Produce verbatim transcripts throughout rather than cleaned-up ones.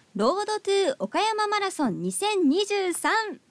ロードトゥ岡山マラソンにせんにじゅうさん、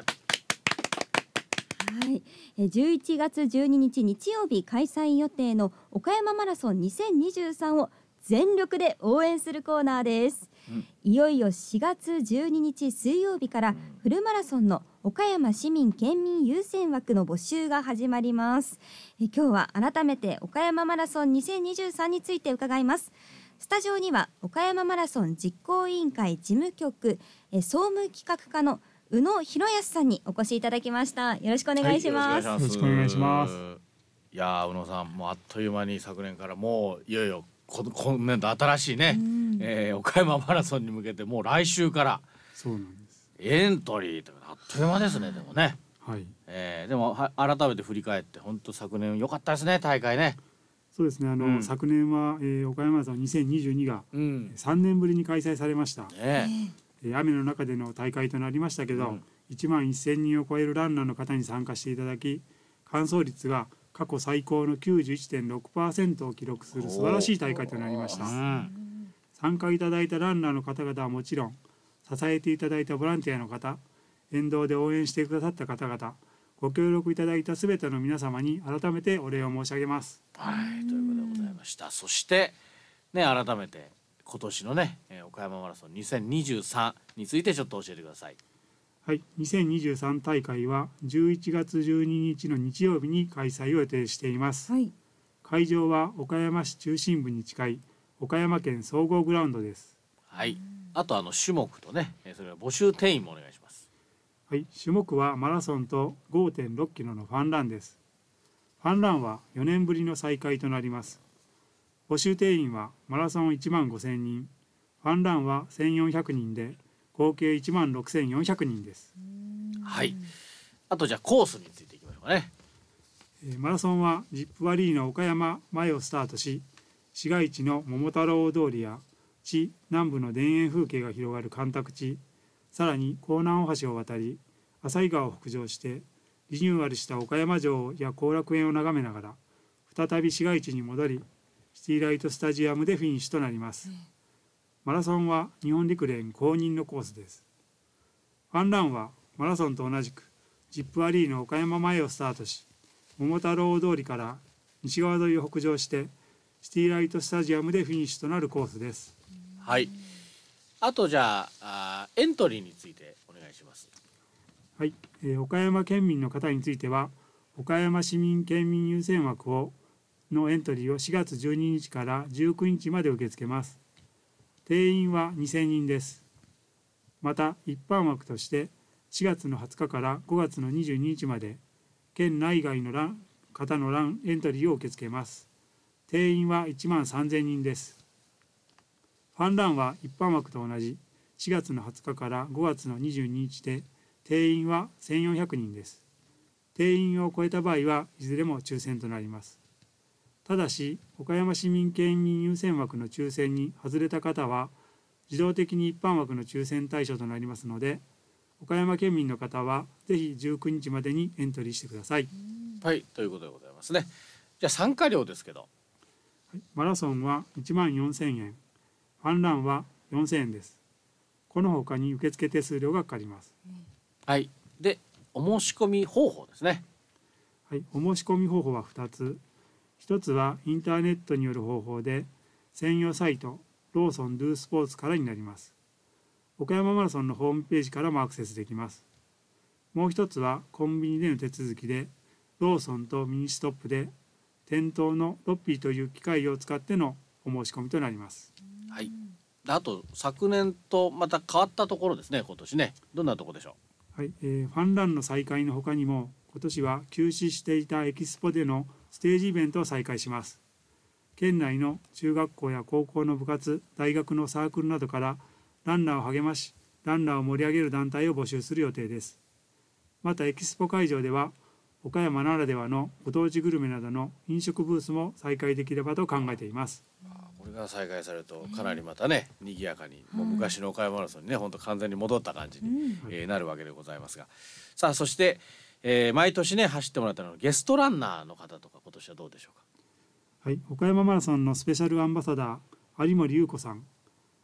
はい、えじゅういちがつじゅうににち日曜日開催予定の岡山マラソンにせんにじゅうさんを全力で応援するコーナーです、うん、いよいよしがつじゅうににち水曜日からフルマラソンの岡山市民県民優先枠の募集が始まります。え今日は改めて岡山マラソンにせんにじゅうさんについて伺います。スタジオには岡山マラソン実行委員会事務局え総務企画課の宇野博康さんにお越しいただきました。よろしくお願いします。 よろしくお願いします。いや宇野さん、もうあっという間に昨年からもういよいよこ今年度新しいね、うんえー、岡山マラソンに向けてもう来週からそうなんですエントリーというあっという間ですね。でもね、 はいえー、でもは改めて振り返って本当昨年良かったですね、大会ね。 そうですね、あの、うん、昨年は、えー、岡山マラソンにせんにじゅうにが、うん、さんねんぶりに開催されました、ねえー、雨の中での大会となりましたけど、うん、いちまんせんにんを超えるランナーの方に参加していただき、完走率が過去最高の きゅうじゅういちてんろくパーセント を記録する素晴らしい大会となりました。参加いただいたランナーの方々はもちろん、支えていただいたボランティアの方、沿道で応援してくださった方々、ご協力いただいたすべての皆様に改めてお礼を申し上げます。 はい、ということでございました。そしてね、改めて今年のね岡山マラソンにせんにじゅうさんについてちょっと教えてください。 はい、にせんにじゅうさん大会はじゅういちがつじゅうににちの日曜日に開催を予定しています、はい、会場は岡山市中心部に近い岡山県総合グラウンドです。 はい、あとあの種目とね、それから募集定員もお願いします。 はい、種目はマラソンと ごてんろっキロのファンランです。ファンランはよねんぶりの再開となります。募集定員はマラソンいちまんごせんにん、ファンランはせんよんひゃくにんで合計いちまんろくせんよんひゃくにんです。 はい。あとじゃあコースについていきましょうかね。 えー、マラソンはジップアリーナ岡山前をスタートし、市街地の桃太郎通りや市南部の田園風景が広がる干拓地、さらに江南大橋を渡り旭川を北上してリニューアルした岡山城や後楽園を眺めながら再び市街地に戻り、シティライトスタジアムでフィニッシュとなります。うん、マラソンは日本陸連公認のコースです。ファンランはマラソンと同じくジップアリーの岡山前をスタートし、桃太郎通りから西側沿いを北上してシティライトスタジアムでフィニッシュとなるコースです。 はい。あとじゃあ、あエントリーについてお願いします。 はい、えー、岡山県民の方については岡山市民県民優先枠をのエントリーをしがつじゅうににちからじゅうくにちまで受け付けます。定員はにせんにんです。また一般枠としてしがつのはつかからごがつのにじゅうににちまで県内外のラン方のランエントリーを受け付けます。定員はいちまんさんぜんにんです。ファンランは一般枠と同じしがつのはつかからごがつのにじゅうににちで定員はせんよんひゃくにんです。定員を超えた場合はいずれも抽選となります。ただし岡山市民県民優先枠の抽選に外れた方は自動的に一般枠の抽選対象となりますので、岡山県民の方はぜひじゅうくにちまでにエントリーしてください。 はい、ということでございますね。じゃあ参加料ですけど、はい、マラソンはいちまんよんせんえん、ファンランはよんせんえんです。この他に受付手数料がかかります。 はい。でお申し込み方法ですね。 はい、お申し込み方法はふたつ。ひとつはインターネットによる方法で専用サイトローソンドゥスポーツからになります。岡山マラソンのホームページからもアクセスできます。もう一つはコンビニでの手続きでローソンとミニストップで店頭のロッピーという機械を使ってのお申し込みとなります。 はい。あと昨年とまた変わったところですね、今年ね。どんなところでしょう。はい、えー、ファンランの再開の他にも今年は休止していたエキスポでのステージイベントを再開します。県内の中学校や高校の部活、大学のサークルなどからランナーを励まし、ランナーを盛り上げる団体を募集する予定です。またエキスポ会場では岡山ならではのご当地グルメなどの飲食ブースも再開できればと考えています。 あ、これが再開されるとかなりまたね、うん、賑やかに、もう昔の岡山マラソンにね、本当完全に戻った感じに、うんえー、なるわけでございますが、さあそして、えー、毎年ね走ってもらったのゲストランナーの方とか今年はどうでしょうか。 はい、岡山マラソンのスペシャルアンバサダー有森裕子さん、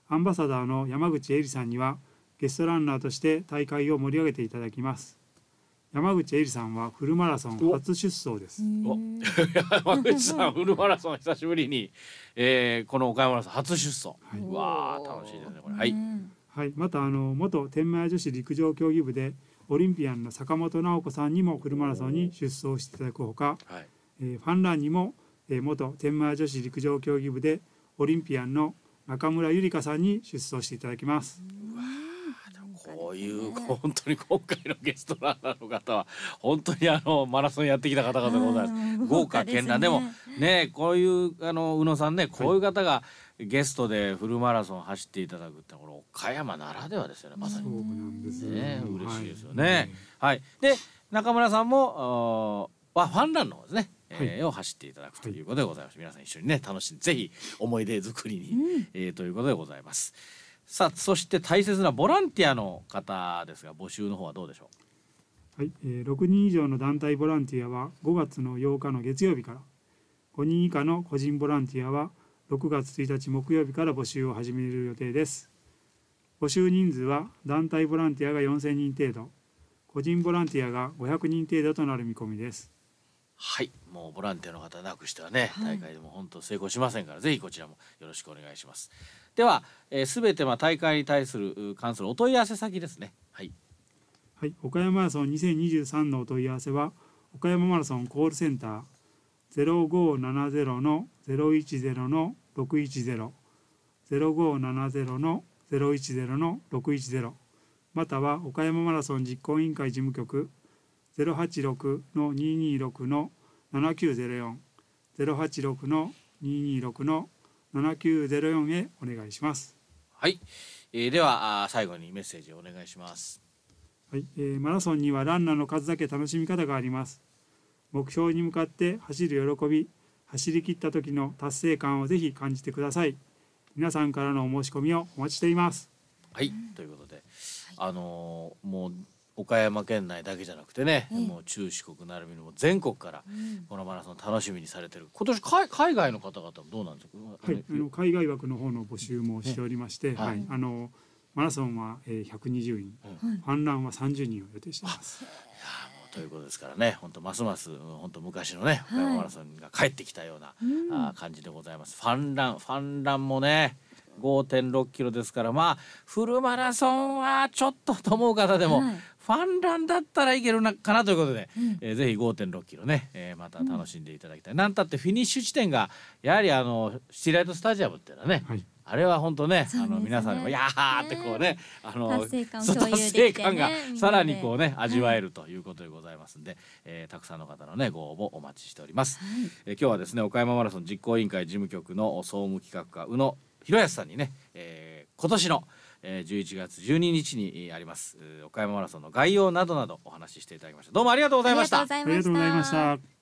アンバサダーの山口恵里さんにはゲストランナーとして大会を盛り上げていただきます。山口恵里さんはフルマラソン初出走です。 お山口さんフルマラソン久しぶりに、えー、この岡山マラソン初出走、はい、うわー楽しいですねこれ。はい、 はい、またあの元天満屋女子陸上競技部でオリンピアンの坂本直子さんにもフルマラソンに出走していただくほか、はい、えー、ファンランにも、えー、元天満屋女子陸上競技部でオリンピアンの中村ゆりかさんに出走していただきます。 こういう本当に今回のゲストランナーの方は本当にあのマラソンやってきた方々でございます。豪華絢爛でもね、こういうあの宇野さんね、こういう方がゲストでフルマラソン走っていただくってこれ岡山ならではですよね。まさにそうなんですね、嬉しいですよね。はい、で中村さんもはファンランの方ですね、はい、えー、を走っていただくということでございます。皆さん一緒にね楽しんでぜひ思い出作りに、うん、えー、ということでございます。さあそして大切なボランティアの方ですが募集の方はどうでしょう。はい、えー、ろくにん以上の団体ボランティアはごがつのようかの月曜日から、ごにん以下の個人ボランティアはろくがつついたち木曜日から募集を始める予定です。募集人数は団体ボランティアがよんせんにん程度、個人ボランティアがごひゃくにん程度となる見込みです。 はい、もうボランティアの方なくしてはね、はい、大会でも本当成功しませんから、ぜひこちらもよろしくお願いします。では、えー、全てまあ大会に対する関するお問い合わせ先ですね。はい、 はい、岡山マラソンにせんにじゅうさんのお問い合わせは岡山マラソンコールセンター ゼロごななゼロのゼロいちゼロのろくいちゼロ ゼロごななゼロのゼロいちゼロのろくいちゼロ、または岡山マラソン実行委員会事務局 ゼロはちろくのにーにーろくのななきゅうゼロよん ゼロはちろくのにーにーろくのななきゅうゼロよんへお願いします。 はい、えー、では最後にメッセージをお願いします。 はい、えー、マラソンにはランナーの数だけ楽しみ方があります。目標に向かって走る喜び、走り切った時の達成感をぜひ感じてください。皆さんからのお申し込みをお待ちしています。 はい、ということで、あのー、もう岡山県内だけじゃなくてね、ええ、もう中四国なるみにも全国からこのマラソン楽しみにされてる。今年海海外の方々もどうなんですか。 はい、あの海外枠の方の募集もしておりまして、はい、あのマラソンはひゃくにじゅうにん、うん、ファンランはさんじゅうにんを予定しています。いやもうということですからね、本当ますます本当昔のね岡山マラソンが帰ってきたような、はい、あ感じでございます。ファンランファンランもね ごてんろっキロですから、まあフルマラソンはちょっとと思う方でも、はい、ファンランだったらいけるなかなということで、うん、えー、ぜひ ごてんろっキロね、えー、また楽しんでいただきたい、うん、なんたってフィニッシュ地点がやはりあのシーライトスタジアムっていうのはね、はい、あれは本当 ね, ねあの皆さんにもやーってこうね、あの達成感を共有できてね、 達成感がさらにこうね味わえるということでございますんで、はい、えー、たくさんの方のねご応募お待ちしております。はい、えー、今日はですね岡山マラソン実行委員会事務局の総務企画課宇野博康さんにね、えー、今年のじゅういちがつじゅうににちにあります岡山マラソンの概要などなどお話ししていただきました。どうもありがとうございました。 ありがとうございました。